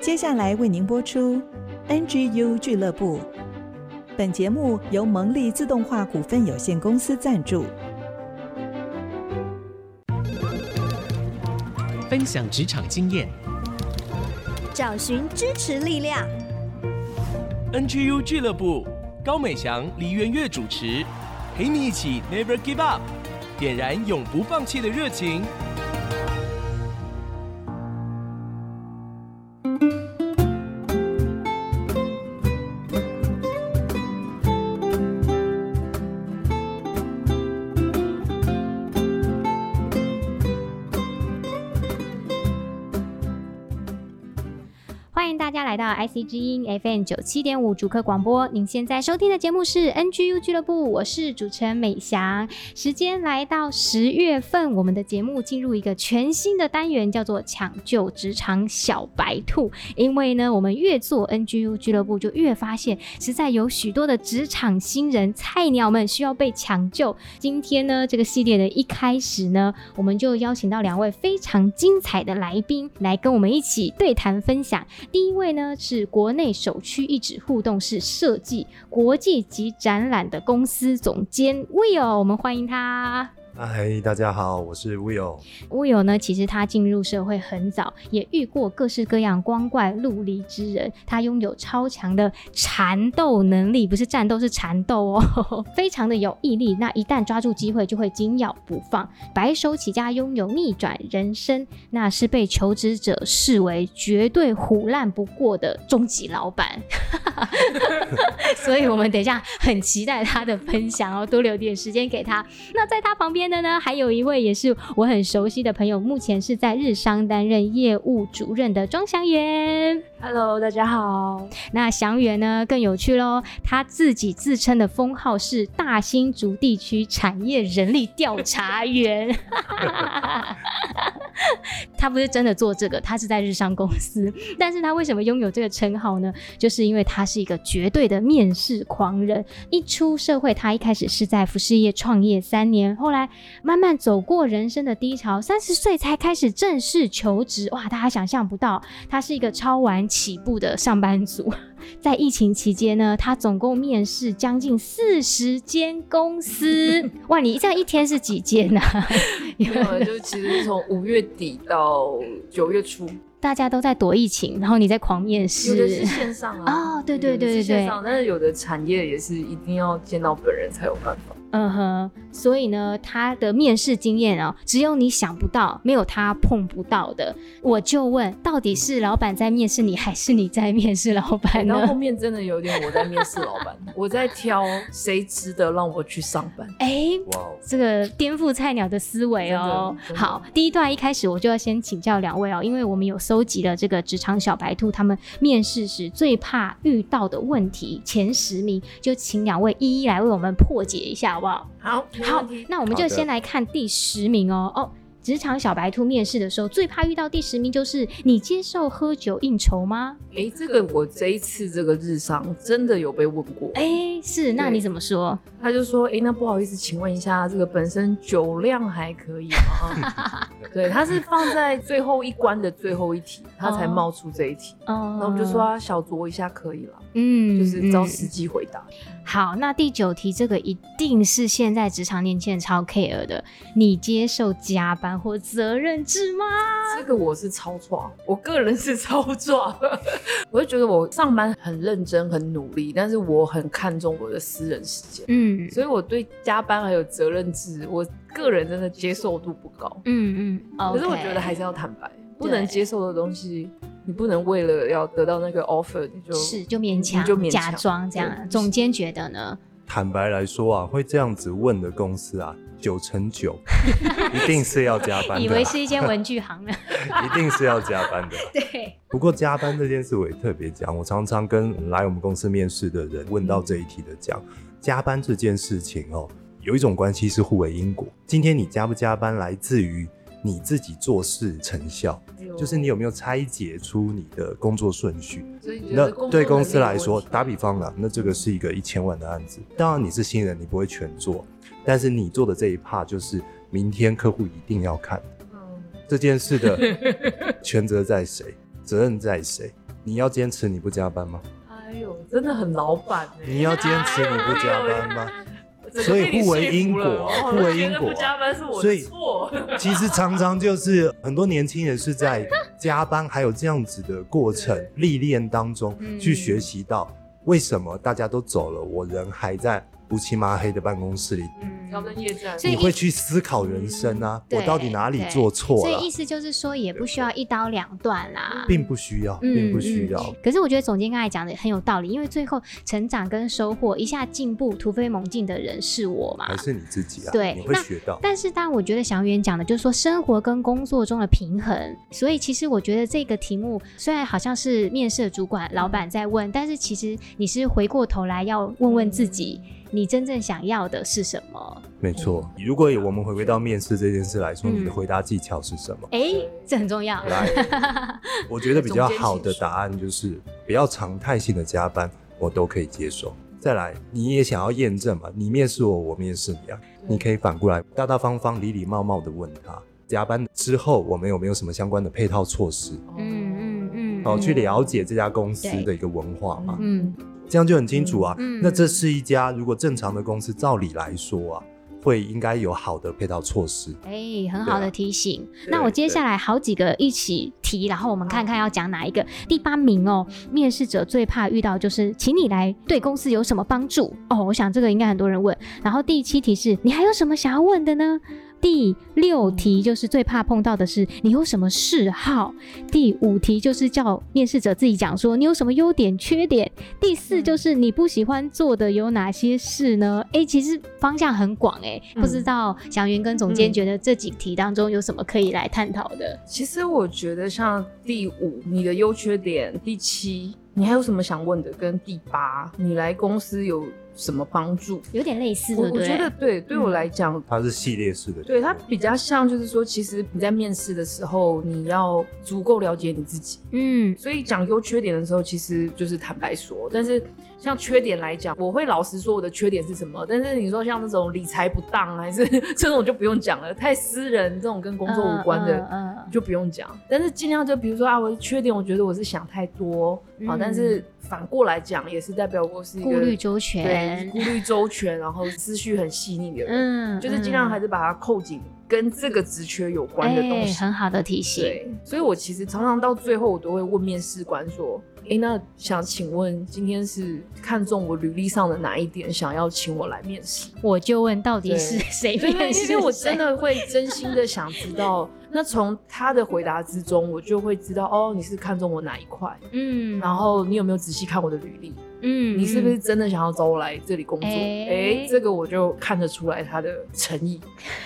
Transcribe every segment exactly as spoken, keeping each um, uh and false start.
接下来为您播出 N G U 俱乐部。本节目由蒙利自动化股份有限公司赞助。 分享职场经验， 找寻支持力量。 N G U 俱乐部，高美翔、黎元月主持，陪你一起 Never Give Up， 点燃永不放弃的热情。 欢迎大家来到 I C 之音 F M 九七点五 主客广播，您现在收听的节目是 N G U 俱乐部，我是主持人美翔。时间来到十月份，我们的节目进入一个全新的单元，叫做抢救职场小白兔。因为呢，我们越做 N G U 俱乐部，就越发现实在有许多的职场新人菜鸟们需要被抢救。今天呢，这个系列的一开始呢，我们就邀请到两位非常精彩的来宾来跟我们一起对谈分享。第一位呢是国内首屈一指互动式设计国际级展览的公司总监 Will， 我们欢迎他。 嗨，大家好，我是 Will。 Will 呢，其实他进入社会很早，也遇过各式各样光怪陆离之人，他拥有超强的缠斗能力，不是战斗是缠斗哦，非常的有毅力，那一旦抓住机会就会紧咬不放，白手起家，拥有逆转人生，那是被求职者视为绝对唬烂不过的终极老板所以我们等一下很期待他的分享哦，多留点时间给他。那在他旁边的呢，还有一位也是我很熟悉的朋友，目前是在日商担任业务主任的庄祥元。 Hello， 大家好。 那祥元呢更有趣咯，他自己自称的封号是大新竹地区产业人力调查员他不是真的做这个，他是在日商公司，但是他为什么拥有这个称号呢？就是因为他是一个绝对的面试狂人。一出社会，他一开始是在服饰业创业三年，后来慢慢走过人生的低潮，三十岁才开始正式求职。哇，大家想象不到，他是一个超晚起步的上班族。在疫情期间呢，他总共面试将近四十间公司哇，你这样一天是几间啊？ 没有，就其实从五月底到九月初， 大家都在躲疫情，然后你在狂面试。 有的是线上啊， 哦，对对对对对， 但是有的产业也是一定要见到本人才有办法。 嗯哼，所以呢，他的面试经验哦，只有你想不到，没有他碰不到的。我就问，到底是老板在面试你，还是你在面试老板呢？ 然后后面真的有点我在面试老板，我在挑谁值得让我去上班。 哎，这个颠覆菜鸟的思维哦。好，第一段一开始我就要先请教两位哦，因为我们有搜集了这个职场小白兔他们面试时最怕遇到的问题前十名，就请两位一一来为我们破解一下，好不好？ 好， 好，那我们就先来看第十名哦。哦，职场小白兔面试的时候最怕遇到第十名就是你接受喝酒应酬吗？ 哎，这个我这一次这个日商真的有被问过。 哎，是，那你怎么说？ 他就说，哎，那不好意思，请问一下，这个本身酒量还可以吗？对，他是放在最后一关的最后一题，他才冒出这一题。哦，那我们就说他小酌一下可以了。嗯，就是照实际回答。 嗯、好，那第九题这个一定是现在职场年轻人超 care 的，你接受加班或责任制吗？ 这个我是超抓，我个人是超抓。我就觉得我上班很认真很努力，但是我很看重我的私人时间。嗯，所以我对加班还有责任制，我个人真的接受度不高。嗯嗯， okay. 可是我觉得还是要坦白，不能接受的东西你不能为了要得到那个 offer 你就是就勉强就勉强假装这样。总监觉得呢？ 坦白来说啊，会这样子问的公司啊，九成九一定是要加班的。 以为是一间文具行呢一定是要加班的。 对。 不过加班这件事我也特别讲，我常常跟来我们公司面试的人问到这一题的讲，加班这件事情哦，有一种关系是互为因果。今天你加不加班来自于你自己做事成效，就是你有没有拆解出你的工作顺序。那对公司来说，打比方啦，那这个是一个一千万的案子，当然你是新人，你不会全做，但是你做的这一 part 就是明天客户一定要看、嗯、这件事的权责在谁，责任在谁， 你要坚持你不加班吗？ 哎呦，真的很老板哎！ 你要坚持你不加班吗？所以互为因果，互为因果。 不加班是我的错。 其实常常就是很多年轻人是在加班还有这样子的过程历练当中，去学习到为什么大家都走了，我人还在乌漆麻黑的办公室里， 挑灯夜战， 你会去思考人生啊，我到底哪里做错了？ 所以意思就是说，也不需要一刀两断啦， 并不需要，并不需要、嗯。 可是我觉得总监刚才讲的很有道理，因为最后成长跟收获一下进步、突飞猛进的人是我嘛， 还是你自己啊？ 对， 你会学到。 但是当然，我觉得翔元讲的就是说生活跟工作中的平衡，所以其实我觉得这个题目虽然好像是面试的主管、老板在问，但是其实你是回过头来要问问自己。你真正想要的是什么？ 没错，如果我们回归到面试这件事来说，嗯、你的回答技巧是什么？ 哎、欸，这很重要。 来，我觉得比较好的答案就是不要常态性的加班，我都可以接受。再来，你也想要验证嘛？你面试我，我面试你啊，你可以反过来大大方方、礼礼貌貌的问他，加班之后我们有没有什么相关的配套措施？嗯嗯嗯，好、哦，去了解这家公司的一个文化嘛。嗯。这样就很清楚啊、嗯、那这是一家如果正常的公司，照理来说啊会应该有好的配套措施。 哎、欸，很好的提醒、啊、那我接下来好几个一起提，然后我们看看要讲哪一个。第八名哦，面试者最怕遇到就是请你来对公司有什么帮助哦，我想这个应该很多人问。然后第七题是你还有什么想要问的呢？第六题就是最怕碰到的是你有什么嗜好。第五题就是叫面试者自己讲说你有什么优点缺点。第四就是你不喜欢做的有哪些事呢？哎、欸，其实方向很广哎、欸嗯，不知道翔元跟总监觉得这几题当中有什么可以来探讨的？ 其实我觉得像第五你的优缺点，第七你还有什么想问的，跟第八你来公司有什么帮助， 有点类似， 对不对？ 我觉得对，对我来讲、嗯， 它是系列式的， 对，它比较像就是说，其实你在面试的时候，你要足够了解你自己，嗯，所以讲优缺点的时候，其实就是坦白说，但是像缺点来讲，我会老实说我的缺点是什么，但是你说像那种理财不当，还是这种就不用讲了，太私人这种跟工作无关的、嗯嗯、就不用讲，但是尽量就比如说啊，我的缺点，我觉得我是想太多、嗯、啊，但是反过来讲，也是代表我是一个顾虑周全， 顾虑周全，然后思绪很细腻的人，嗯，就是尽量还是把它扣紧跟这个职缺有关的东西、 欸、很好的提醒。 对，所以我其实常常到最后我都会问面试官说，哎、欸，那想请问今天是看中我履历上的哪一点，想要请我来面试？ 我就问到底是谁面试？ 因为我真的会真心的想知道，那从他的回答之中，我就会知道哦，你是看中我哪一块，嗯，然后你有没有仔细看我的履历？嗯，你是不是真的想要找我来这里工作？哎、欸欸，这个我就看得出来他的诚意。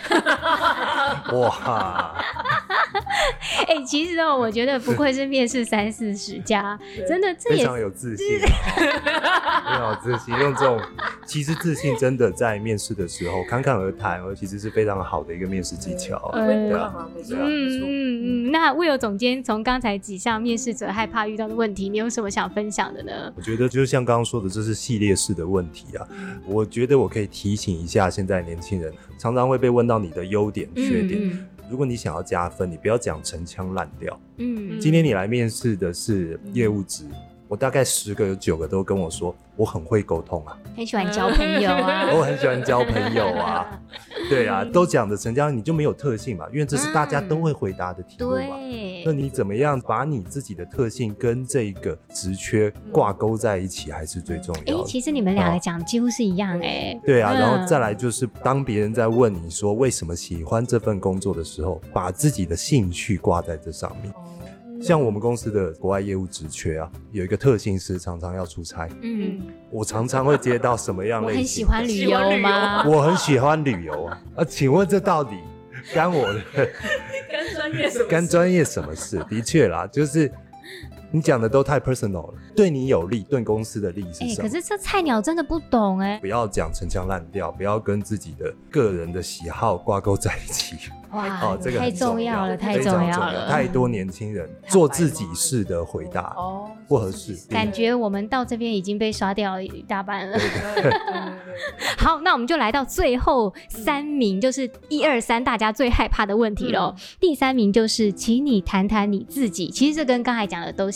哇！ 哎、欸，其实哦，我觉得不愧是面试三四十家，真的这也非常有自信，非常有自信。用这种其实自信真的在面试的时候侃侃而谈，而其实是非常好的一个面试技巧。对啊， 嗯嗯嗯。那Will总监从刚才几项面试者害怕遇到的问题，你有什么想分享的呢？ 我觉得就像刚刚说的，这是系列式的问题啊。我觉得我可以提醒一下现在年轻人，常常会被问到你的优点、缺点。嗯嗯，如果你想要加分，你不要讲陈腔滥调。嗯，今天你来面试的是业务职，我大概十个有九个都跟我说，我很会沟通啊， 很喜欢交朋友啊， 我很喜欢交朋友啊，对啊，都讲的陈腔，你就没有特性嘛，因为这是大家都会回答的题目嘛。嗯，那你怎么样把你自己的特性跟这个职缺挂钩在一起，还是最重要的。 哎、欸，其实你们两个讲几乎是一样哎、欸。 对啊，然后再来就是当别人在问你说为什么喜欢这份工作的时候，把自己的兴趣挂在这上面。像我们公司的国外业务职缺啊，有一个特性是常常要出差。嗯，我常常会接到什么样类型的？ 我很喜欢旅游吗？ 我很喜欢旅游啊。啊，请问这到底干我的干专业什么事？ 干专业什么事？的确啦，就是你讲的都太 personal 了，对你有利，对公司的利是什么？ 欸、可是这菜鸟真的不懂哎、欸。 不要讲陈腔滥调，不要跟自己的个人的喜好挂钩在一起。 哇，哦，这个太重要了，太重要了！ 太多年轻人做自己式的回答，哦，不合适。 感觉我们到这边已经被刷掉了一大半了。好，那我们就来到最后三名，就是一二三大家最害怕的问题咯。嗯、第三名就是，请你谈谈你自己。其实这跟刚才讲的都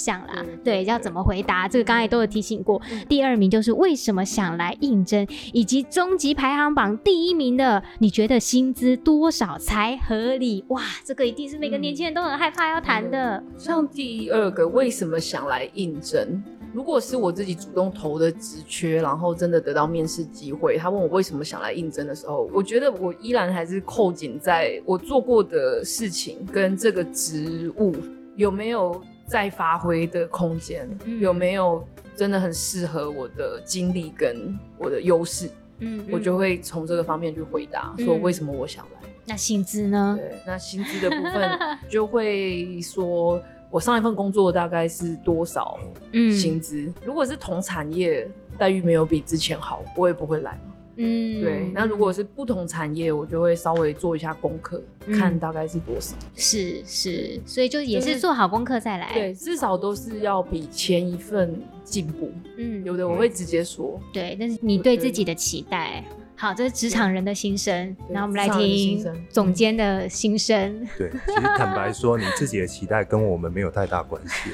向啦， 对， 对， 对，要怎么回答，这个刚才都有提醒过。嗯、第二名就是为什么想来应征，以及终极排行榜第一名的，你觉得薪资多少才合理？哇，这个一定是每个年轻人都很害怕要谈的。嗯、 像第二个，为什么想来应征？如果是我自己主动投的职缺，然后真的得到面试机会，他问我为什么想来应征的时候，我觉得我依然还是扣紧在我做过的事情跟这个职务有没有再发挥的空间、嗯、有没有真的很适合我的经历跟我的优势，嗯，我就会从这个方面去回答、嗯、说为什么我想来。 那薪资呢？ 对，那薪资的部分就会说我上一份工作大概是多少薪资、嗯、如果是同产业待遇没有比之前好，我也不会来嘛。嗯，对。那如果是不同产业，我就会稍微做一下功课、嗯、看大概是多少。 是是，所以就也是做好功课再来、 就是、对，至少都是要比前一份进步。嗯，有的我会直接说。 对，但是你对自己的期待。好，这是职场人的心声。然后我们来听总监的心声。对， 其实坦白说，你自己的期待跟我们没有太大关系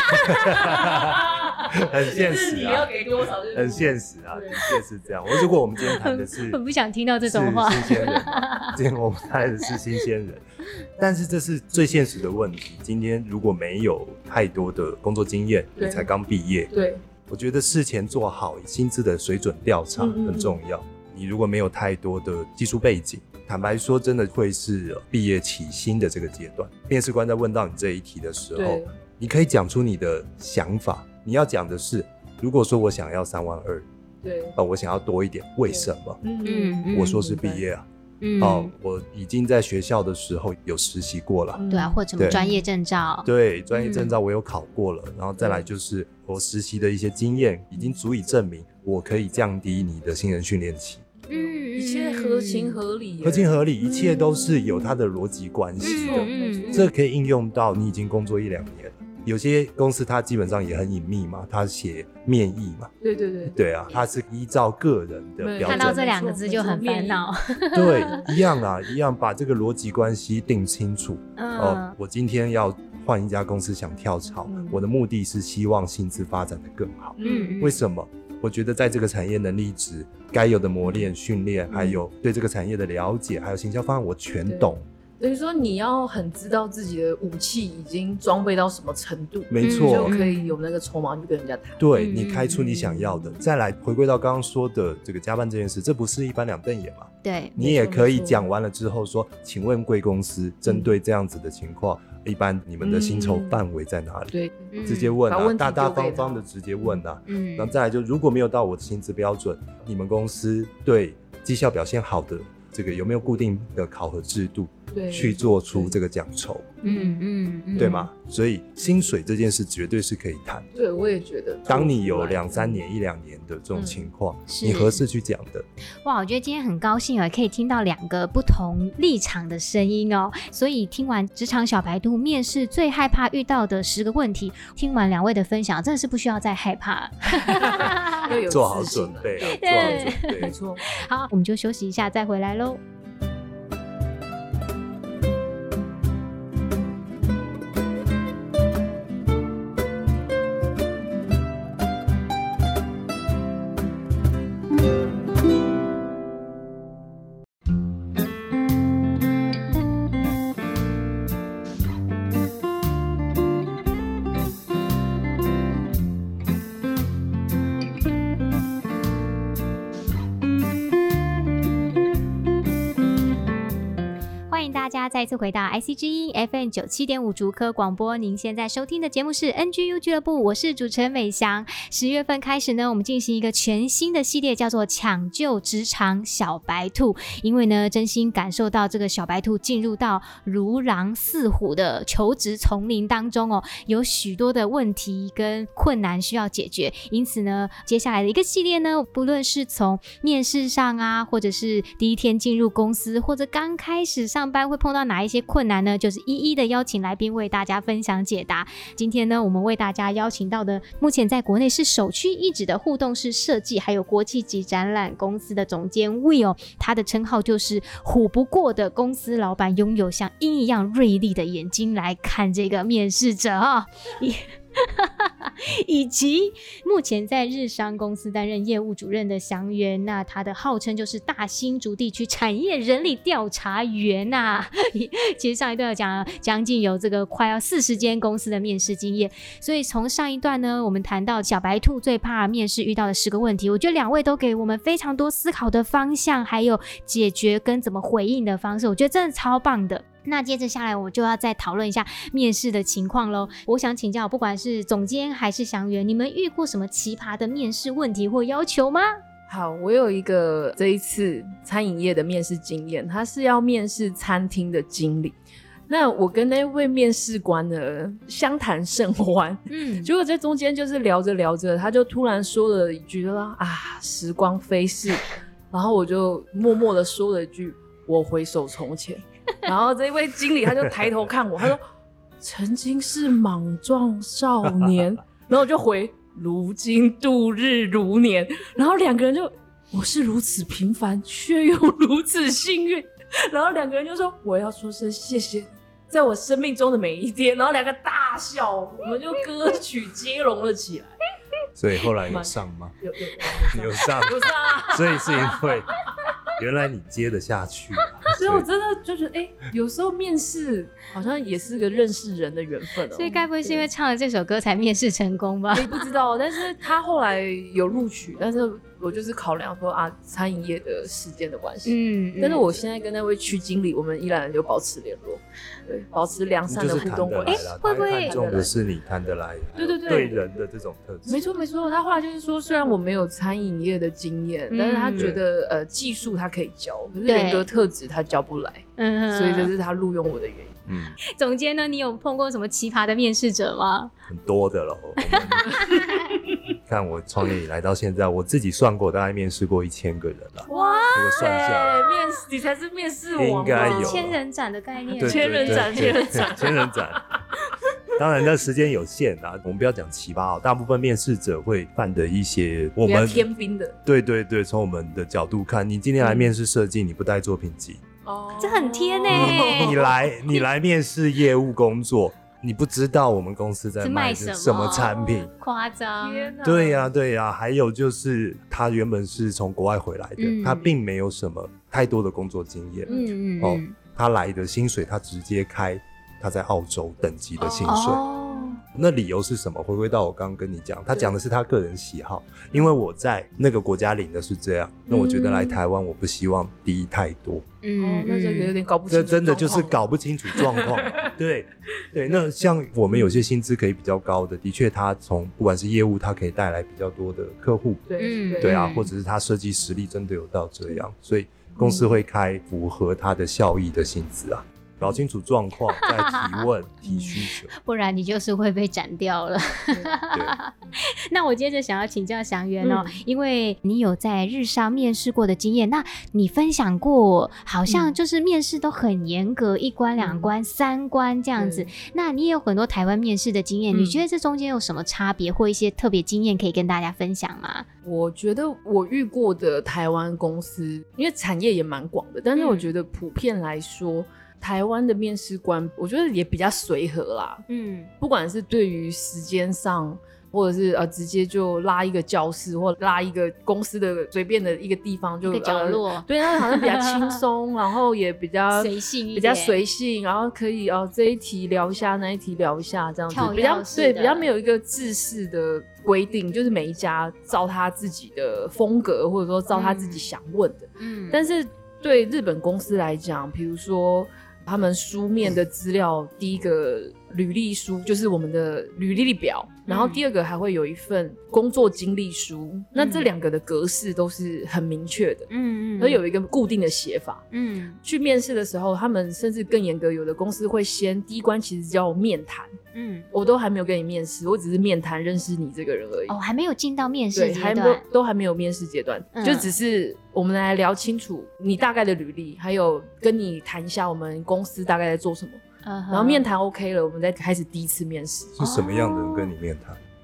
啊。很现实啊， 你要给多少就是很现实啊，的确是这样。如果我们今天谈的是， 很不想听到这种话， 新鲜人，今天我们谈的是新鲜人，但是这是最现实的问题。今天如果没有太多的工作经验，你才刚毕业， 对， 我觉得事前做好薪资的水准调查很重要。嗯嗯嗯，你如果没有太多的技术背景，坦白说真的会是毕业起薪的这个阶段，面试官在问到你这一题的时候，你可以讲出你的想法。你要讲的是，如果说我想要三万二， 对， 哦，我想要多一点，为什么？ 嗯， 我说是毕业啊，嗯，哦，我已经在学校的时候有实习过了， 对啊，或者什么专业证照， 对，专业证照我有考过了，嗯，然后再来就是我实习的一些经验已经足以证明我可以降低你的新人训练期。 嗯，一切合情合理， 合情合理，一切都是有它的逻辑关系的。嗯，这可以应用到你已经工作一两年了。有些公司它基本上也很隐秘嘛，它写面议嘛， 对对对， 对啊，它是依照个人的标准， 看到这两个字就很烦恼。 对，一样啊，一样把这个逻辑关系定清楚。嗯，哦，我今天要换一家公司想跳槽，嗯，我的目的是希望薪资发展得更好。嗯，为什么？我觉得在这个产业能力值该有的磨练训练，还有对这个产业的了解，还有行销方案我全懂。 等于说你要很知道自己的武器已经装备到什么程度， 没错， 就可以有那个筹码去跟人家谈。 对，你开出你想要的。嗯，再来回归到刚刚说的这个加班这件事，这不是一翻两瞪眼嘛？ 对， 你也可以讲完了之后说，请问贵公司针对这样子的情况，嗯，一般你们的薪酬范围在哪里？对，嗯，直接问啊，大大方方的直接问啊。嗯，然后再来就如果没有到我的薪资标准，你们公司对绩效表现好的这个有没有固定的考核制度？去做出这个奖酬，嗯嗯嗯，对吗？所以薪水这件事绝对是可以谈。 对，我也觉得。 当你有两三年、一两年的这种情况，嗯，你何时去讲的？ 哇，我觉得今天很高兴哦，可以听到两个不同立场的声音哦。所以听完职场小白兔面试最害怕遇到的十个问题，听完两位的分享，真的是不需要再害怕， 做好准备，做好准备， 没错。 好，我们就休息一下，再回来喽。再次回到 I C 之音 F M 九七点五竹科广播，您现在收听的节目是 N G U 俱乐部，我是主持人美翔。十月份开始呢，我们进行一个全新的系列，叫做抢救职场小白兔。因为呢，真心感受到这个小白兔进入到如狼似虎的求职丛林当中哦，有许多的问题跟困难需要解决。因此呢，接下来的一个系列呢，不论是从面试上啊，或者是第一天进入公司，或者刚开始上班会碰到哪一些困难呢，就是一一的邀请来宾为大家分享解答。今天呢，我们为大家邀请到的目前在国内是首屈一指的互动式设计还有国际级展览公司的总监 Will， 他的称号就是唬不过的公司老板，拥有像鹰一样锐利的眼睛来看这个面试者啊、哦。 以及目前在日商公司担任业务主任的祥元，那他的号称就是大新竹地区产业人力调查员啊。其实上一段有讲将近有这个快要四十间公司的面试经验，所以从上一段呢，我们谈到小白兔最怕面试遇到的十个问题，我觉得两位都给我们非常多思考的方向，还有解决跟怎么回应的方式，我觉得真的超棒的。那接着下来我就要再讨论一下面试的情况咯。我想请教不管是总监还是祥元，你们遇过什么奇葩的面试问题或要求吗？ 好，我有一个这一次餐饮业的面试经验，他是要面试餐厅的经理。那我跟那位面试官呢相谈甚欢，嗯，结果在中间就是聊着聊着，他就突然说了一句啊，时光飞逝，然后我就默默的说了一句，我回首从前。然后这位经理他就抬头看我，他说曾经是莽撞少年，然后我就回如今度日如年，然后两个人就我是如此平凡却又如此幸运，然后两个人就说我要说声谢谢你在我生命中的每一天，然后两个大笑，我们就歌曲接龙了起来。 所以后来有上吗？ 有有有上有上啊！ 所以是因为原来你接得下去、啊， 所以我真的就觉得，哎、欸，有时候面试好像也是个认识人的缘分哦。 所以该不会是因为唱了这首歌才面试成功吧？ 我也不知道，但是他后来有录取，但是我就是考量说啊，餐饮业的时间的关系。嗯，但是我现在跟那位区经理，我们依然有保持联络，对，保持良善的互动关系。 哎、欸，会不会看重的是你谈得来？ 对对对， 对人的这种特质。 没错没错，他后来就是说，虽然我没有餐饮业的经验，嗯、但是他觉得呃技术他可以教，可是人格特质他教不来，嗯，所以这是他录用我的原因。 嗯， 总监呢，你有碰过什么奇葩的面试者吗？ 很多的了。看我创业以来到现在，我自己算过，大概面试过一千个人了。 哇， 这个算下来， 面试你才是面试王， 应该有千人斩的概念， 千人斩，千人斩， 千人斩。当然，那时间有限啊，我们不要讲奇葩哦。大部分面试者会犯的一些我们天兵的， 对对对，从我们的角度看，你今天来面试设计，你不带作品集。 哦，这很贴呢、欸。 你来，你来面试业务工作，你不知道我们公司在卖什么产品， 夸张。 对呀、啊，对呀、啊。还有就是他原本是从国外回来的，嗯、他并没有什么太多的工作经验。嗯嗯。哦，他来的薪水他直接开他在澳洲等级的薪水。哦。那理由是什么？回归到我刚刚跟你讲，他讲的是他个人喜好，因为我在那个国家领的是这样，那我觉得来台湾我不希望低太多。 嗯，那这个有点搞不清楚， 这真的就是搞不清楚状况。对对，那像我们有些薪资可以比较高的，的确他从不管是业务，他可以带来比较多的客户， 对对啊，或者是他设计实力真的有到这样，所以公司会开符合他的效益的薪资啊。搞清楚状况，再提问提需求， 不然你就是会被斩掉了。那我接着想要请教祥元哦、嗯，因为你有在日商面试过的经验，那你分享过好像就是面试都很严格，一关两关、嗯、三关这样子。那你也有很多台湾面试的经验、嗯，你觉得这中间有什么差别或一些特别经验可以跟大家分享吗？ 我觉得我遇过的台湾公司，因为产业也蛮广的，但是我觉得普遍来说。嗯，台湾的面试官我觉得也比较随和啦，嗯，不管是对于时间上或者是呃直接就拉一个教室或拉一个公司的随便的一个地方就一个角落、 呃、对，那好像比较轻松然后也比较随性一点， 比较随性，然后可以哦、呃、这一题聊一下那一题聊一下这样子，比较对，比较没有一个制式的规定，就是每一家照他自己的风格或者说照他自己想问的，嗯，但是对日本公司来讲，比如说他们书面的资料，第一个履历书就是我们的履历表，然后第二个还会有一份工作经历书、嗯、那这两个的格式都是很明确的，嗯嗯，而有一个固定的写法，嗯，去面试的时候他们甚至更严格，有的公司会先第一关其实叫面谈，嗯，我都还没有跟你面试，我只是面谈认识你这个人而已， 哦，还没有进到面试阶段， 对，还都还没有面试阶段、嗯、就只是我们来聊清楚你大概的履历，还有跟你谈一下我们公司大概在做什么，Uh-huh. 然后面谈 OK 了，我们再开始第一次面试。 是什么样的人跟你面谈？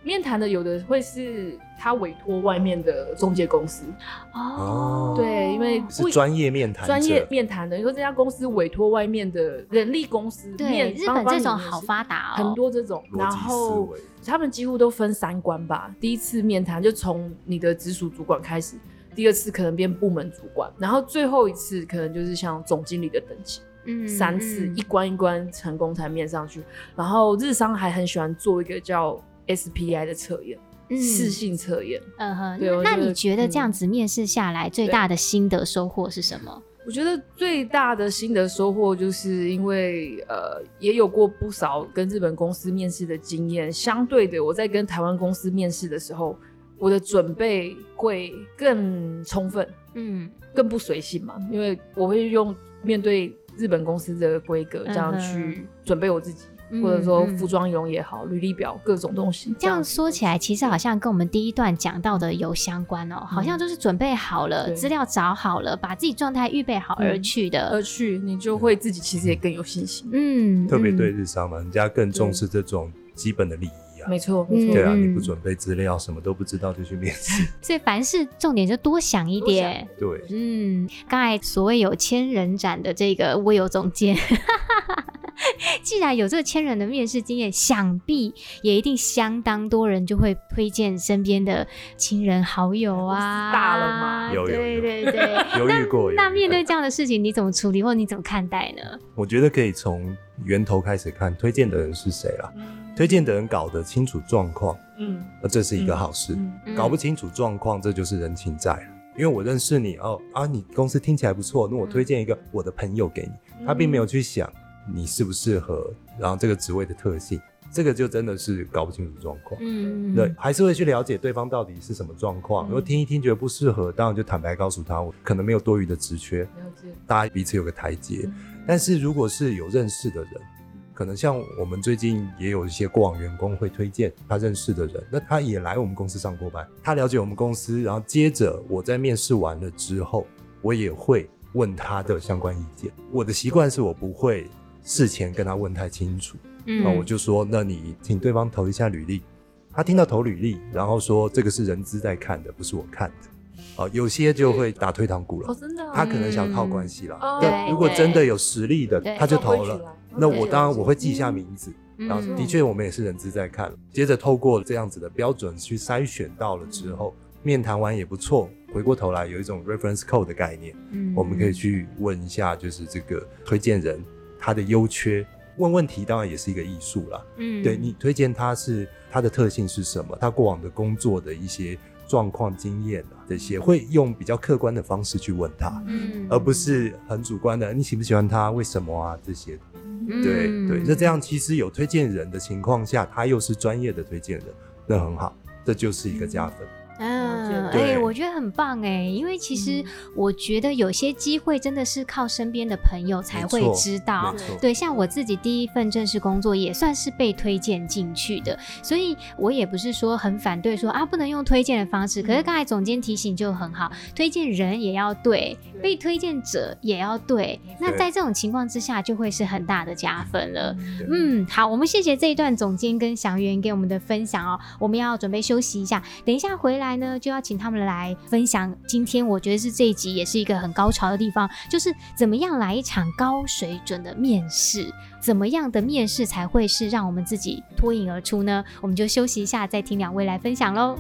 面谈的有的会是他委托外面的中介公司哦， 对，因为是专业面谈者， 专业面谈的，你说这家公司委托外面的人力公司， 对，日本这种好发达哦， 很多这种，然后他们几乎都分三关吧。第一次面谈就从你的直属主管开始，第二次可能变部门主管，然后最后一次可能就是像总经理的等级。嗯，三次、嗯、一关一关成功才面上去。然后日商还很喜欢做一个叫 S P I 的测验，嗯，适性测验。嗯哼，对。 那你觉得这样子面试下来、嗯、最大的心得收获是什么？ 我觉得最大的心得收获就是因为呃也有过不少跟日本公司面试的经验，相对的我在跟台湾公司面试的时候，我的准备会更充分，嗯，更不随性嘛，因为我会用面对日本公司的规格这样去准备我自己、嗯、或者说服装仪容也好、履历表各种东西。 这样说起来其实好像跟我们第一段讲到的有相关哦、嗯、好像就是准备好了，资料找好了，把自己状态预备好而去的、 嗯、而去你就会自己其实也更有信心。 嗯， 特别对日商嘛，人家更重视这种基本的礼仪。 没错没错， 对啊，你不准备资料什么都不知道就去面试， 所以凡事重点就多想一点。 对， 嗯，刚才所谓有千人斩的这个我有总监既然有这个千人的面试经验，想必也一定相当多人就会推荐身边的亲人好友啊。 大了吗？ 有有有， 对对对犹豫过。 那面对这样的事情你怎么处理或你怎么看待呢？ 我觉得可以从源头开始看，推荐的人是谁啦、嗯、推荐的人搞得清楚状况，嗯，那这是一个好事、嗯、搞不清楚状况这就是人情债了。因为我认识你哦啊，你公司听起来不错，那我推荐一个我的朋友给你、嗯、他并没有去想你适不适合，然后这个职位的特性，这个就真的是搞不清楚状况。嗯，对，还是会去了解对方到底是什么状况。如果听一听觉得不适合，当然就坦白告诉他，我可能没有多余的职缺，大家彼此有个台阶、嗯。但是如果是有认识的人，可能像我们最近也有一些过往员工会推荐他认识的人，那他也来我们公司上过班，他了解我们公司，然后接着我在面试完了之后，我也会问他的相关意见。我的习惯是我不会事前跟他问太清楚，嗯，那我就说那你请对方投一下履历，他听到投履历然后说这个是人资在看的不是我看的，哦，有些就会打退堂鼓了、哦真的哦、他可能想靠关系啦、嗯、但如果真的有实力的他就投了，那我当然我会记下名字、嗯、然后的确我们也是人资在看、嗯、接着透过这样子的标准去筛选到了之后、嗯、面谈完也不错，回过头来有一种 reference code 的概念、嗯、我们可以去问一下就是这个推荐人他的优缺，问问题当然也是一个艺术啦，嗯，对，你推荐他是他的特性是什么，他过往的工作的一些状况经验啊，这些会用比较客观的方式去问他、嗯、而不是很主观的你喜不喜欢他为什么啊这些、嗯、对对，那这样其实有推荐人的情况下他又是专业的推荐人，那很好，这就是一个加分。 嗯，哎、欸，我觉得很棒哎，因为其实我觉得有些机会真的是靠身边的朋友才会知道。对，像我自己第一份正式工作也算是被推荐进去的，所以我也不是说很反对说啊不能用推荐的方式。可是刚才总监提醒就很好，推荐人也要对，被推荐者也要对。那在这种情况之下，就会是很大的加分了。嗯，好，我们谢谢这一段总监跟祥元给我们的分享哦。我们要准备休息一下，等一下回来呢就要请他们来分享今天我觉得是这一集也是一个很高潮的地方，就是怎么样来一场高水准的面试，怎么样的面试才会是让我们自己脱颖而出呢？我们就休息一下再听两位来分享咯。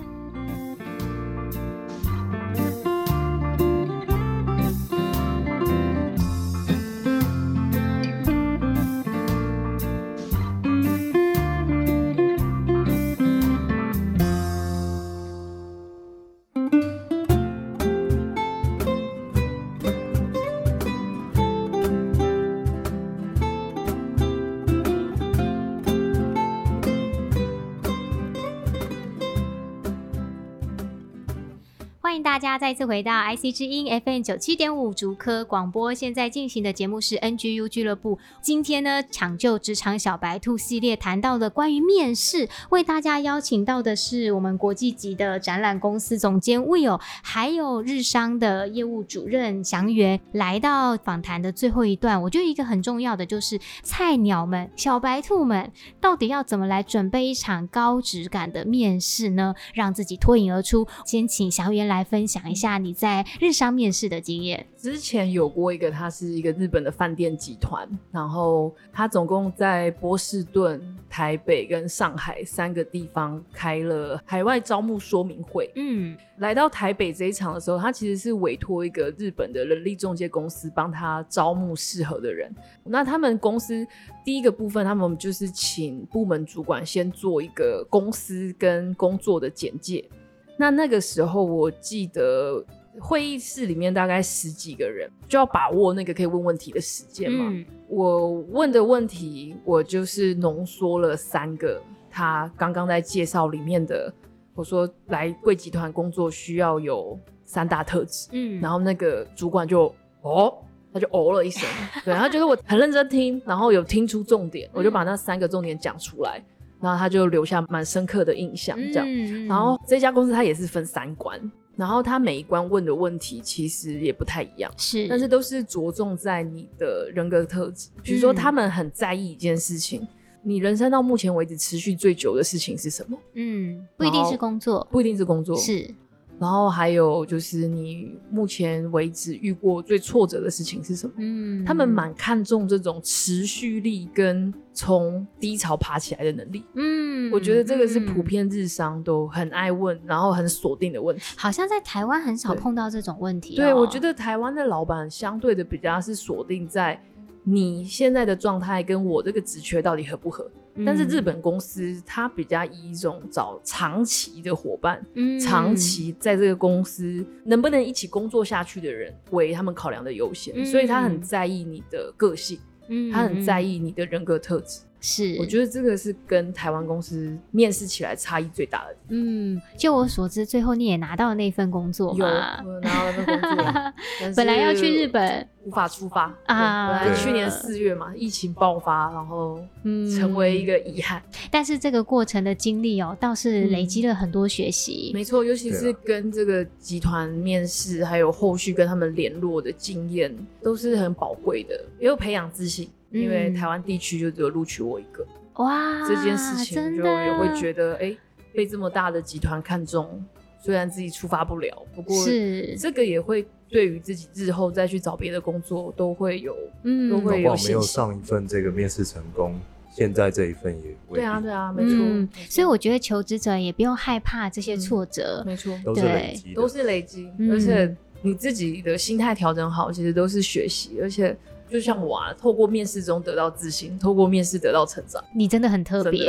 欢迎大家再次回到 I C 之音 F M 九七点五竹科广播，现在进行的节目是 N G U 俱乐部。今天呢，抢救职场小白兔系列谈到了关于面试，为大家邀请到的是我们国际级的展览公司总监 Will， 还有日商的业务主任祥元。来到访谈的最后一段，我觉得一个很重要的就是菜鸟们、小白兔们到底要怎么来准备一场高质感的面试呢？让自己脱颖而出。先请祥元来来分享一下你在日商面试的经验。 之前有过一个，它是一个日本的饭店集团，然后它总共在波士顿、台北跟上海三个地方开了海外招募说明会。嗯，来到台北这一场的时候，他其实是委托一个日本的人力中介公司帮他招募适合的人。那他们公司第一个部分，他们就是请部门主管先做一个公司跟工作的简介。那那个时候我记得会议室里面大概十几个人，就要把握那个可以问问题的时间嘛。嗯、我问的问题我就是浓缩了三个他刚刚在介绍里面的，我说来贵集团工作需要有三大特质。嗯，然后那个主管就哦他就哦了一声，对，他觉得我很认真听，然后有听出重点，我就把那三个重点讲出来。然后他就留下蛮深刻的印象这样、嗯、然后这家公司它也是分三关，然后它每一关问的问题其实也不太一样，是，但是都是着重在你的人格特质。比如说他们很在意一件事情、嗯、你人生到目前为止持续最久的事情是什么？嗯， 不一定是工作， 不一定是工作， 是。 然后还有就是你目前为止遇过最挫折的事情是什么？嗯，他们蛮看重这种持续力跟从低潮爬起来的能力。嗯，我觉得这个是普遍日商都很爱问，然后很锁定的问题。 好像在台湾很少碰到这种问题、哦。 对，我觉得台湾的老板相对的比较是锁定在你现在的状态跟我这个职缺到底合不合。但是日本公司它比较以一种找长期的伙伴、嗯、长期在这个公司能不能一起工作下去的人为他们考量的优先、嗯、所以他很在意你的个性、嗯、他很在意你的人格特质。是，我觉得这个是跟台湾公司面试起来差异最大的地方。 嗯，就我所知最后你也拿到了那份工作嘛？ 有，我拿到了那份工作本来要去日本无法出发啊，本来去年四月嘛，疫情爆发，然后成为一个遗憾、嗯、 但是这个过程的经历哦，倒是累积了很多学习、 嗯、没错，尤其是跟这个集团面试还有后续跟他们联络的经验都是很宝贵的，也有培养自信，因为台湾地区就只有录取我一个。哇，这件事情就也会觉得哎、欸，被这么大的集团看中，虽然自己出发不了，不过是这个也会对于自己日后再去找别的工作都会有，嗯，都会有信心。 没有上一份这个面试成功，现在这一份也对啊对啊，没错、 嗯。所以我觉得求职者也不用害怕这些挫折， 嗯、没错， 都是累积， 都是累积、嗯，而且你自己的心态调整好，其实都是学习，而且。就像我啊，透过面试中得到自信，透过面试得到成长。 你真的很特别。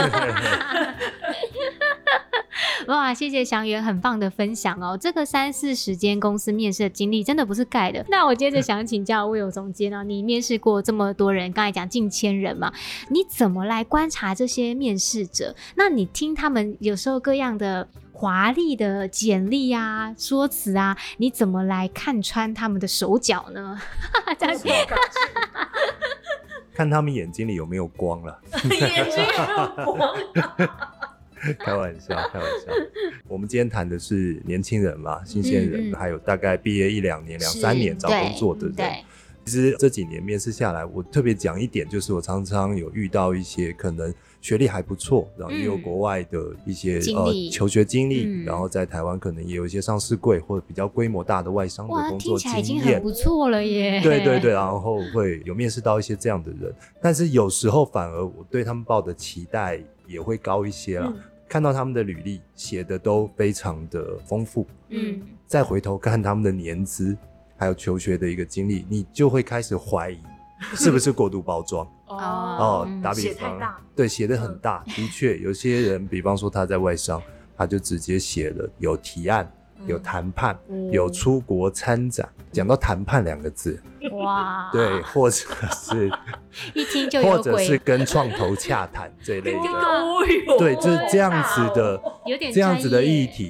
哇，谢谢祥元很棒的分享哦！这个三四十间公司面试的经历真的不是盖的。那我接着想请教 Will 总监哦，你面试过这么多人，刚才讲近千人嘛，你怎么来观察这些面试者？那你听他们有时候各样的华丽的简历啊、说辞啊，你怎么来看穿他们的手脚呢？这样子看他们眼睛里有没有光了。 眼睛有光。 开玩笑，开玩笑。我们今天谈的是年轻人嘛，新鲜人、嗯嗯，还有大概毕业一两年、两三年找工作的人。其实这几年面试下来，我特别讲一点，就是我常常有遇到一些可能学历还不错，然后也有国外的一些、嗯、呃求学经历、嗯，然后在台湾可能也有一些上市柜或者比较规模大的外商的工作经验， 听起来已经很不错了耶。 对对对，然后会有面试到一些这样的人，但是有时候反而我对他们抱的期待也会高一些啦。嗯，看到他们的履历写的都非常的丰富，嗯，再回头看他们的年资还有求学的一个经历，你就会开始怀疑是不是过度包装。哦, 哦打比方，对，写的很大、嗯、的确有些人比方说他在外商，他就直接写了有提案、嗯、有谈判、嗯、有出国参展，讲到谈判两个字，哇，对，或者是一听就有鬼， 或者是跟创投洽谈这一类的，对，就是这样子的，有点这样子的议题，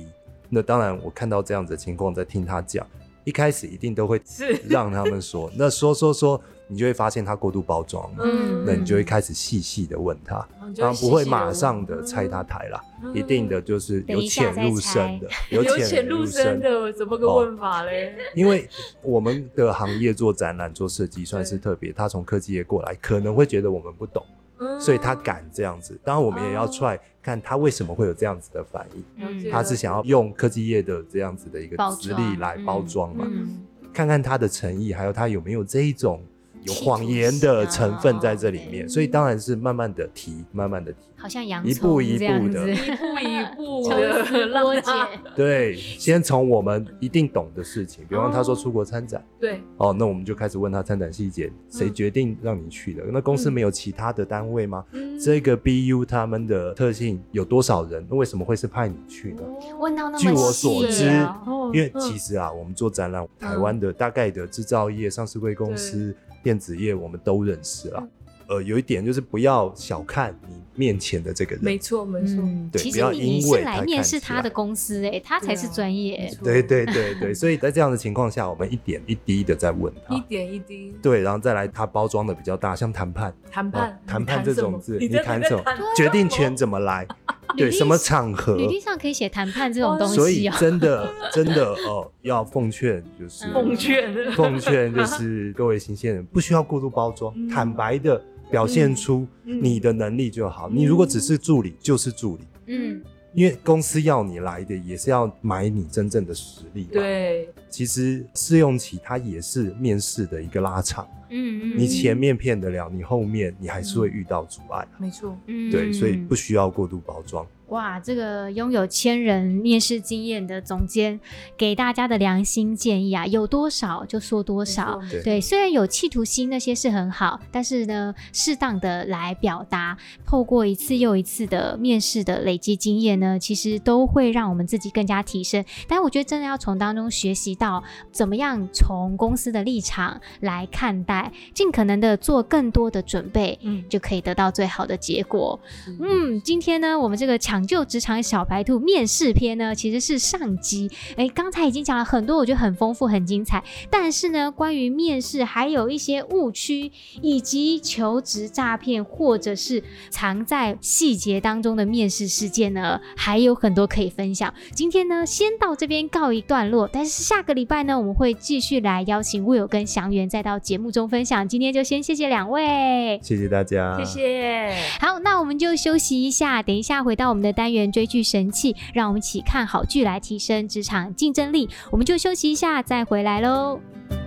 那当然我看到这样子的情况在听他讲，一开始一定都会让他们说那说说说你就会发现他过度包装嘛，嗯，那你就会开始细细的问他，当然不会马上的拆他台啦，嗯、一定的就是由浅入深的， 有浅入深的，怎么个问法嘞、哦？ 因为我们的行业做展览做设计算是特别，他从科技业过来，可能会觉得我们不懂。嗯、所以他敢这样子，当然我们也要出来看他为什么会有这样子的反应、嗯、他是想要用科技业的这样子的一个资历来包装嘛、嗯嗯、看看他的诚意，还有他有没有这一种有谎言的成分在这里面、哦、所以当然是慢慢的提慢慢的提， 好像洋葱一步一步的一步一步的让他对，先从我们一定懂的事情，比方他说出国参展、哦、 对哦，那我们就开始问他参展细节，谁、嗯、决定让你去的？那公司没有其他的单位吗、嗯、这个 B U 他们的特性有多少人？那为什么会是派你去呢？ 问到那么细、 据我所知、哦、因为其实啊、嗯、我们做展览、嗯、台湾的大概的制造业上市柜公司电子业我们都认识啦、嗯、呃，有一点就是不要小看你面前的这个人， 没错没错、嗯， 对， 其实你是来面试他的公司哎、欸，他才是专业， 对对对对，所以在这样的情况下，我们一点一滴的在问他， 一点一滴， 对，然后再来他包装的比较大，像谈判， 谈判， 谈判这种字，你谈什么？决定权怎么来？对，什么场合？ 履历上可以写谈判这种东西、哦， 所以真的真的哦，要奉劝就是奉劝奉劝就是各位新鲜人，不需要过度包装，嗯、坦白的表现出你的能力就好。嗯、你如果只是助理，就是助理。嗯。因为公司要你来的也是要买你真正的实力嘛。对，其实试用期它也是面试的一个拉长。嗯嗯，你前面骗得了，你后面你还是会遇到阻碍、啊嗯、没错。 对，所以不需要过度包装。 哇，这个拥有千人面试经验的总监给大家的良心建议啊，有多少就说多少。对，对，虽然有企图心那些是很好，但是呢，适当的来表达，透过一次又一次的面试的累积经验呢，其实都会让我们自己更加提升。但我觉得真的要从当中学习到怎么样从公司的立场来看待，尽可能的做更多的准备，嗯，就可以得到最好的结果。嗯，今天呢，我们这个抢救职场小白兔面试篇呢，其实是上集。哎，刚才已经讲了很多，我觉得很丰富、很精彩。但是呢，关于面试还有一些误区，以及求职诈骗，或者是藏在细节当中的面试事件呢，还有很多可以分享。今天呢，先到这边告一段落。但是下个礼拜呢，我们会继续来邀请Will跟祥元再到节目中分享。今天就先谢谢两位， 谢谢大家， 谢谢。 好，那我们就休息一下，等一下回到我们的单元追剧神器，让我们一起看好剧来提升职场竞争力。我们就休息一下，再回来咯。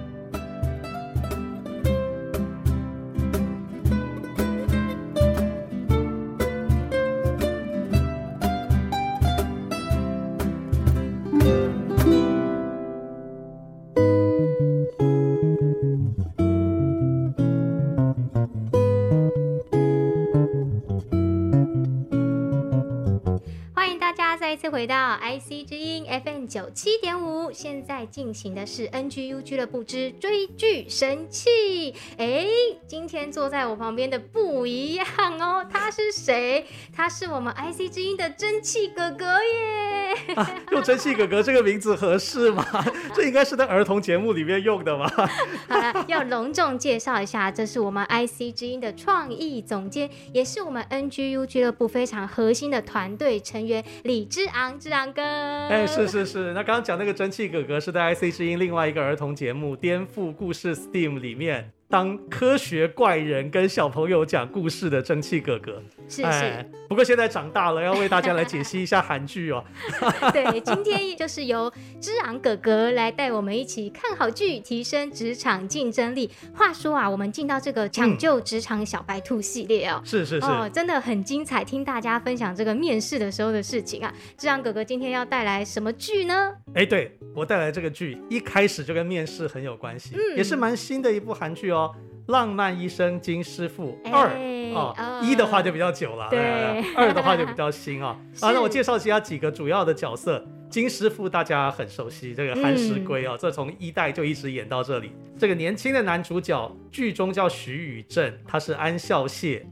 再次回到 I C 之音 F M 九七点五，现在进行的是 N G U 俱乐部之追剧神器。哎，今天坐在我旁边的不一样哦，他是谁？他是我们 I C 之音的蒸汽哥哥耶！ 啊、用蒸汽哥哥这个名字合适吗？这应该是在儿童节目里面用的吗？ 好了，要隆重介绍一下，这是我们 I C 之音的创意总监，也是我们 N G U 俱乐部非常核心的团队成员李之昂，之昂哥。 哎，是是是，那刚刚讲那个蒸汽哥哥是在 I C 之音另外一个儿童节目《颠覆故事 Steam》里面当科学怪人跟小朋友讲故事的蒸汽哥哥。 是是、哎， 不过现在长大了，要为大家来解析一下韩剧哦。 对，今天就是由之昂哥哥来带我们一起看好剧，提升职场竞争力。话说啊，我们进到这个抢救职场小白兔系列哦， 嗯、是是是、 哦，真的很精彩，听大家分享这个面试的时候的事情啊。之昂哥哥今天要带来什么剧呢？ 哎，对，我带来这个剧一开始就跟面试很有关系、嗯，也是蛮新的一部韩剧哦。浪漫医生金师傅二、欸哦呃、一的话就比较久了，对，二的话就比较新啊、哦。啊，那我介绍其他几个主要的角色。金师傅大家很熟悉，这个韩石圭哦，嗯、这从一代就一直演到这里。这个年轻的男主角剧中叫徐宇正，他是安孝燮。嗯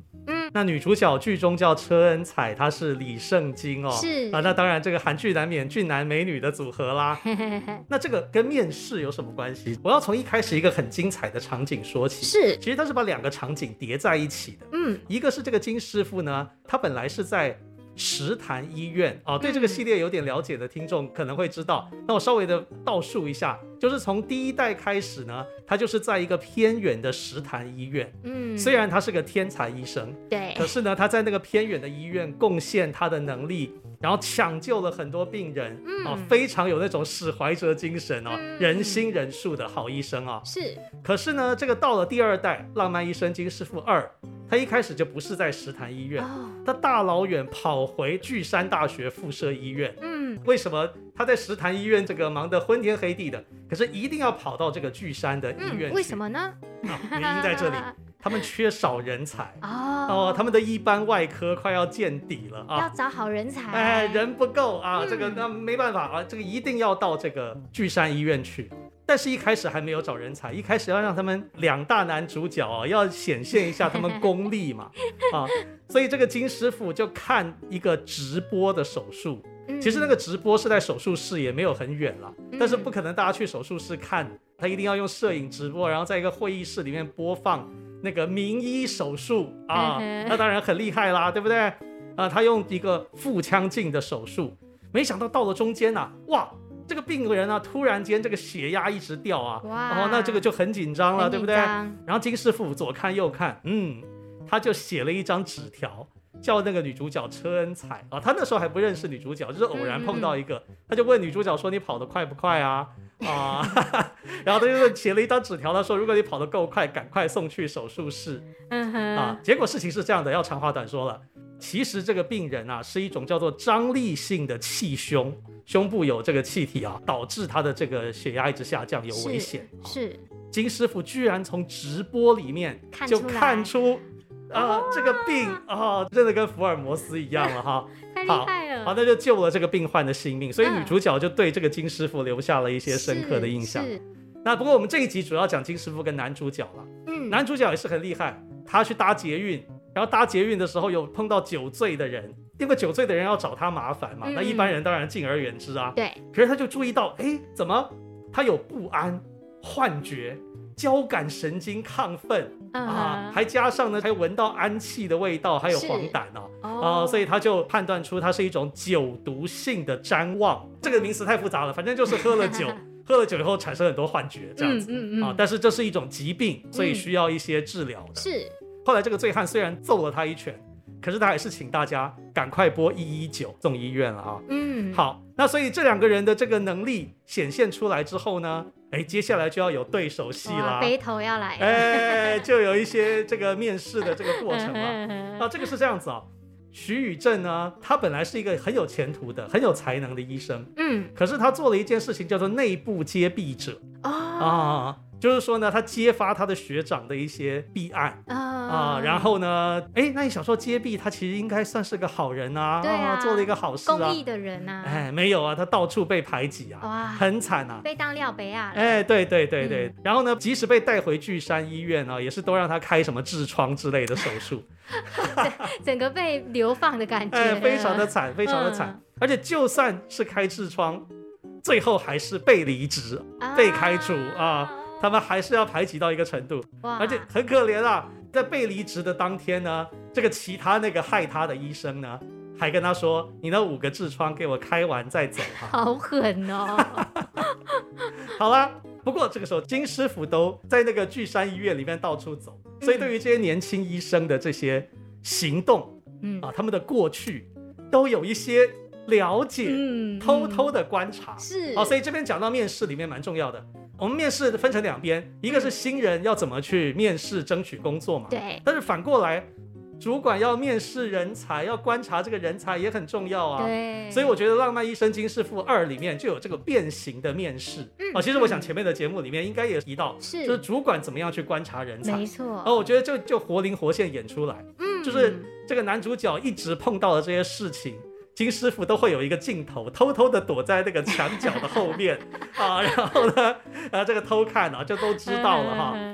那女主角剧中叫车恩彩，她是李圣经哦， 是啊，那当然这个韩剧难免俊男美女的组合啦。那这个跟面试有什么关系？我要从一开始一个很精彩的场景说起。 是， 其实它是把两个场景叠在一起的。 嗯， 一个是这个金师傅呢，他本来是在石潭医院哦，对这个系列有点了解的听众可能会知道。那我稍微的倒数一下，就是从第一代开始呢，他就是在一个偏远的石潭医院。嗯，虽然他是个天才医生， 对， 可是呢，他在那个偏远的医院贡献他的能力，然后抢救了很多病人，嗯哦、非常有那种史怀哲精神哦，嗯、人心仁术的好医生啊、哦。 是， 可是呢，这个到了第二代《浪漫医生金师傅二》，他一开始就不是在石潭医院，哦、他大老远跑回巨山大学附设医院。嗯，为什么他在石潭医院这个忙得昏天黑地的，可是一定要跑到这个巨山的医院去？ 嗯、为什么呢？ 啊、原因在这里。他们缺少人才 oh, 哦，他们的一般外科快要见底了啊， 要找好人才， 哎，人不够啊，嗯、这个那没办法啊，这个一定要到这个巨山医院去。但是一开始还没有找人才，一开始要让他们两大男主角啊，要显现一下他们功力嘛啊，所以这个金师傅就看一个直播的手术。其实那个直播是在手术室，也没有很远了，但是不可能大家去手术室看，他一定要用摄影直播，然后在一个会议室里面播放那个名医手术啊，那当然很厉害啦，对不对？啊，他用一个腹腔镜的手术，没想到到了中间啊，哇，这个病人啊，突然间这个血压一直掉啊，哦，那这个就很紧张了，对不对？然后金师傅左看右看，嗯，他就写了一张纸条。叫那个女主角车恩彩啊，他那时候还不认识女主角，就是偶然碰到一个，嗯、他就问女主角说：“你跑得快不快啊？”啊，然后他就写了一张纸条，他说：“如果你跑得够快，赶快送去手术室。”嗯哼，啊，结果事情是这样的，要长话短说了。其实这个病人啊，是一种叫做张力性的气胸，胸部有这个气体啊，导致他的这个血压一直下降，有危险。是，是金师傅居然从直播里面就看出。啊、呃，这个病啊、哦，真的跟福尔摩斯一样了哈， 太厉害了。 好，好，那就救了这个病患的性命，所以女主角就对这个金师傅留下了一些深刻的印象。那不过我们这一集主要讲金师傅跟男主角了，嗯，男主角也是很厉害，他去搭捷运，然后搭捷运的时候有碰到酒醉的人，因为酒醉的人要找他麻烦嘛，嗯、那一般人当然敬而远之啊。对，可是他就注意到，哎，怎么他有不安、幻觉。交感神经亢奋、uh-huh. 啊，还加上呢，还闻到氨气的味道，还有黄疸哦，啊、呃，所以他就判断出它是一种酒毒性的谵妄。这个名词太复杂了，反正就是喝了酒，喝了酒以后产生很多幻觉这样子、嗯嗯嗯、啊。但是这是一种疾病，所以需要一些治疗的。是、嗯。后来这个醉汉虽然揍了他一拳，可是他还是请大家赶快拨一一九送医院了啊。嗯。好，那所以这两个人的这个能力显现出来之后呢？哎，接下来就要有对手戏啦， 背头要来了， 哎，就有一些这个面试的这个过程了。啊，这个是这样子啊、哦，徐宇正呢，他本来是一个很有前途的、很有才能的医生，嗯，可是他做了一件事情叫做内部揭弊者啊。啊就是说呢，他揭发他的学长的一些弊案啊、呃，然后呢，哎，那你想说揭弊，他其实应该算是个好人啊， 对啊， 哦、做了一个好事啊， 公益的人啊， 哎，没有啊，他到处被排挤啊，哇，很惨啊， 被当料杯啊， 哎，对对对对、嗯，然后呢，即使被带回巨山医院啊，也是都让他开什么痔疮之类的手术， 整个被流放的感觉， 哎，非常的惨，非常的惨、嗯，而且就算是开痔疮，最后还是被离职、啊、被开除啊。他们还是要排挤到一个程度，而且很可怜啊！在被离职的当天呢，这个其他那个害他的医生呢，还跟他说：“你那五个痔疮给我开完再走。” 好狠哦！ 好啦，不过这个时候金师傅都在那个巨山医院里面到处走，所以对于这些年轻医生的这些行动，嗯啊，他们的过去都有一些了解，嗯，偷偷的观察，是好，所以这边讲到面试里面蛮重要的。我们面试分成两边，一个是新人要怎么去面试争取工作嘛，对。但是反过来，主管要面试人才，要观察这个人才也很重要啊。对。所以我觉得《浪漫医生金师傅二》里面就有这个变形的面试。嗯。哦，其实我想前面的节目里面应该也提到，是就是主管怎么样去观察人才。没错。哦，我觉得就就活灵活现演出来。嗯。就是这个男主角一直碰到的这些事情。金师傅都会有一个镜头，偷偷的躲在那个墙角的后面啊，然后呢，呃，这个偷看啊，就都知道了哈。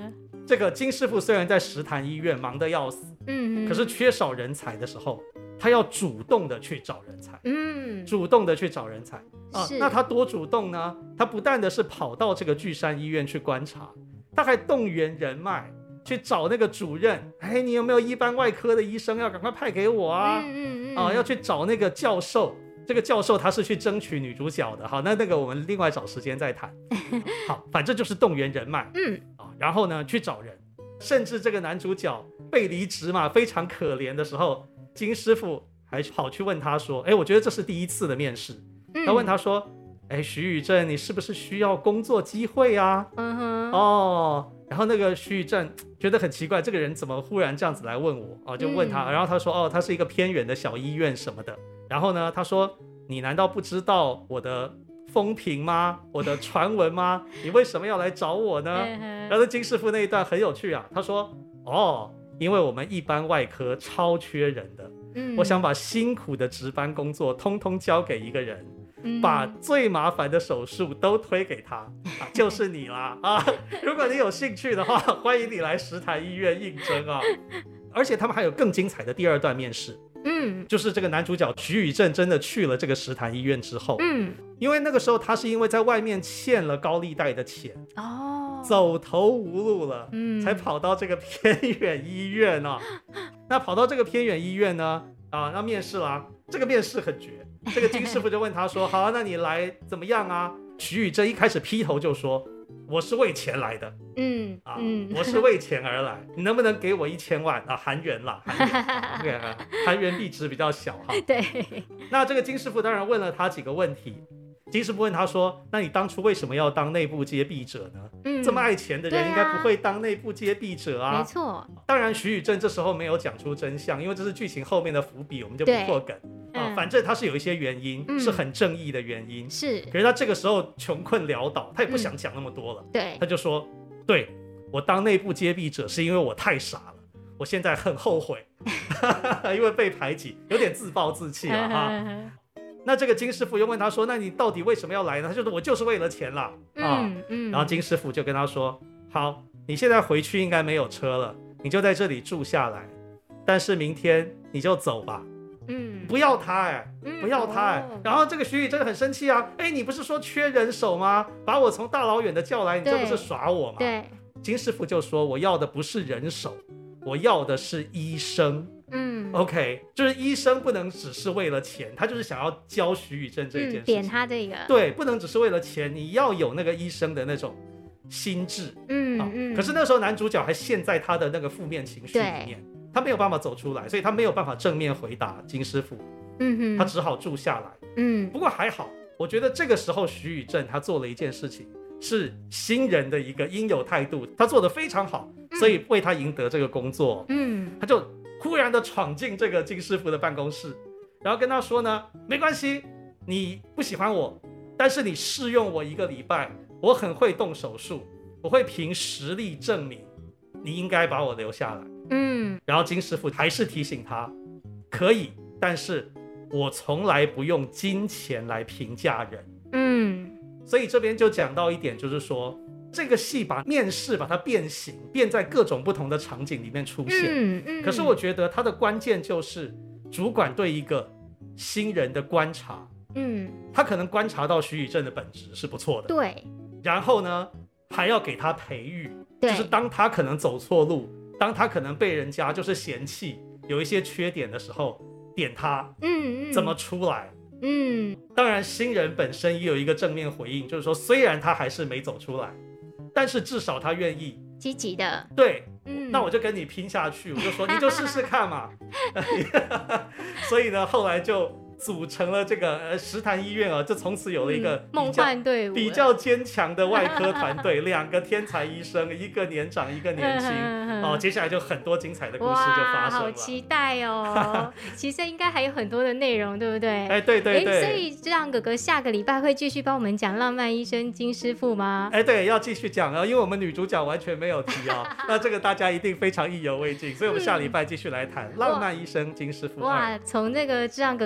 这个金师傅虽然在石潭医院忙得要死，嗯，可是缺少人才的时候，他要主动的去找人才，嗯，主动的去找人才啊。那他多主动呢？他不但的是跑到这个巨山医院去观察，他还动员人脉去找那个主任，哎，你有没有一般外科的医生要赶快派给我啊？嗯嗯嗯啊，要去找那个教授。这个教授他是去争取女主角的，好，那那个我们另外找时间再谈。好，反正就是动员人脉，嗯啊，然后呢去找人，甚至这个男主角被离职嘛，非常可怜的时候，金师傅还跑去问他说，哎，我觉得这是第一次的面试，嗯、他问他说，哎，徐宇正，你是不是需要工作机会啊？嗯哼，哦，然后那个徐宇正觉得很奇怪，这个人怎么忽然这样子来问我啊？就问他，嗯、然后他说，哦，他是一个偏远的小医院什么的。然后呢，他说：“你难道不知道我的风评吗？我的传闻吗？你为什么要来找我呢？”然后金师傅那一段很有趣啊，他说：“哦，因为我们一般外科超缺人的，嗯、我想把辛苦的值班工作通通交给一个人，嗯、把最麻烦的手术都推给他，啊、就是你啦啊！如果你有兴趣的话，欢迎你来石潭医院应征啊！而且他们还有更精彩的第二段面试。”嗯，就是这个男主角徐宇正真的去了这个石潭医院之后，嗯，因为那个时候他是因为在外面欠了高利贷的钱，哦，走投无路了，嗯，才跑到这个偏远医院啊。那跑到这个偏远医院呢，啊，要面试啦。这个面试很绝，这个金师傅就问他说：“好啊，那你来怎么样啊？”徐宇正一开始劈头就说：“我是为钱来的，嗯啊，嗯我是为钱而来，你能不能给我一千万啊？韩元啦，韩元，啊、韩元币值比较小哈。对，那这个金师傅当然问了他几个问题。金师傅问他说：“那你当初为什么要当内部接臂者呢？嗯、这么爱钱的人应该不会当内部接臂者啊。”没错。当然，徐宇正这时候没有讲出真相，因为这是剧情后面的伏笔，我们就不破梗。啊，反正他是有一些原因，嗯、是很正义的原因。是。可是他这个时候穷困潦倒，他也不想讲那么多了。嗯、对。他就说：“对，我当内部接臂者是因为我太傻了，我现在很后悔，因为被排挤，有点自暴自弃了哈。”那这个金师傅又问他说：“那你到底为什么要来呢？”他就说：“我就是为了钱啦。”啊，嗯嗯、然后金师傅就跟他说：“好，你现在回去应该没有车了，你就在这里住下来，但是明天你就走吧。”嗯，不要他哎、欸，不要他哎、欸。嗯、然后这个徐宇真的很生气啊！哎，你不是说缺人手吗？把我从大老远的叫来，你这不是耍我吗？对。金师傅就说：“我要的不是人手，我要的是医生。”嗯 ，OK， 就是医生不能只是为了钱，他就是想要教徐宇正这一件事情，嗯、点他这个，对，不能只是为了钱，你要有那个医生的那种心智，嗯、啊、嗯。可是那时候男主角还陷在他的那个负面情绪里面，他没有办法走出来，所以他没有办法正面回答金师傅，嗯哼，他只好住下来，嗯。不过还好，我觉得这个时候徐宇正他做了一件事情，是新人的一个应有态度，他做得非常好，所以为他赢得这个工作，嗯，他就忽然的闯进这个金师傅的办公室，然后跟他说呢，没关系，你不喜欢我，但是你试用我一个礼拜，我很会动手术，我会凭实力证明，你应该把我留下来。嗯，然后金师傅还是提醒他，可以，但是我从来不用金钱来评价人。嗯，所以这边就讲到一点，就是说这个戏把面试把它变形，变在各种不同的场景里面出现。嗯嗯、可是我觉得它的关键就是主管对一个新人的观察。嗯，他可能观察到徐宇正的本质是不错的。对。然后呢，还要给他培育，就是当他可能走错路，当他可能被人家就是嫌弃，有一些缺点的时候，点他，嗯嗯，怎么出来？嗯，当然新人本身也有一个正面回应，就是说虽然他还是没走出来，但是至少他愿意积极的， 对，嗯，那我就跟你拼下去，我就说你就试试看嘛。所以呢，后来就组成了这个呃石潭医院啊，就从此有了一个梦幻队伍， 比较坚强的外科团队，两个天才医生，一个年长，一个年轻。哦，接下来就很多精彩的故事就发生了， 好期待哦！其实应该还有很多的内容，对不对？ 哎，对对对。 所以这样哥哥下个礼拜会继续帮我们讲浪漫医生金师傅吗？ 哎，对，要继续讲啊，因为我们女主角完全没有提啊，那这个大家一定非常意犹未尽，所以我们下礼拜继续来谈浪漫医生金师傅。 哇，从这个这样哥哥的分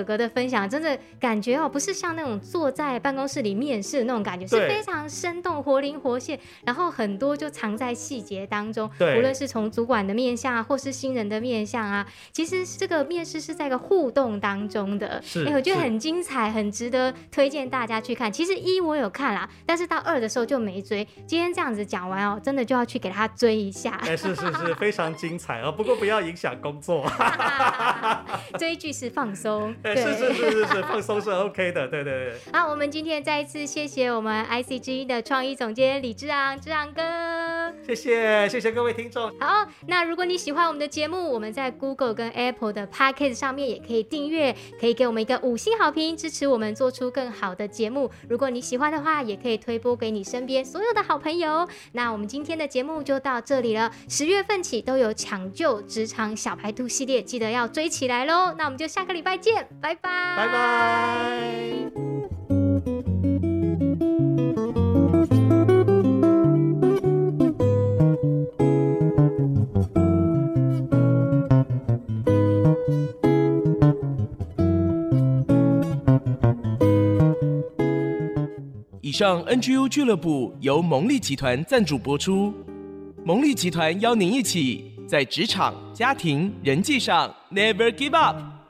享，真的感觉哦，不是像那种坐在办公室里面试的那种感觉，是非常生动、活灵活现，然后很多就藏在细节当中。无论是从主管的面向啊，或是新人的面向啊，其实这个面试是在一个互动当中的。是，哎，我觉得很精彩，很值得推荐大家去看。其实一我有看啦，但是到二的时候就没追。今天这样子讲完哦，真的就要去给他追一下。 哎，是是是，非常精彩哦。不过不要影响工作。 追剧是放松。 对，是是是是是，放松是 OK 的。对对对。 好，我们今天再一次谢谢我们 I C 之音的创意总监李志昂，志昂哥。 谢谢谢谢各位听众。 好，那如果你喜欢我们的节目，我们在 Google 跟 Apple 的 Podcast 上面也可以订阅，可以给我们一个五星好评，支持我们做出更好的节目。如果你喜欢的话，也可以推播给你身边所有的好朋友。那我们今天的节目就到这里了，十月份起都有抢救职场小白兔系列，记得要追起来咯。那我们就下个礼拜见，拜拜拜拜。 以上 N G U 俱乐部由蒙利集团赞助播出。蒙利集团邀您一起在职场、家庭、人际上 Never Give Up。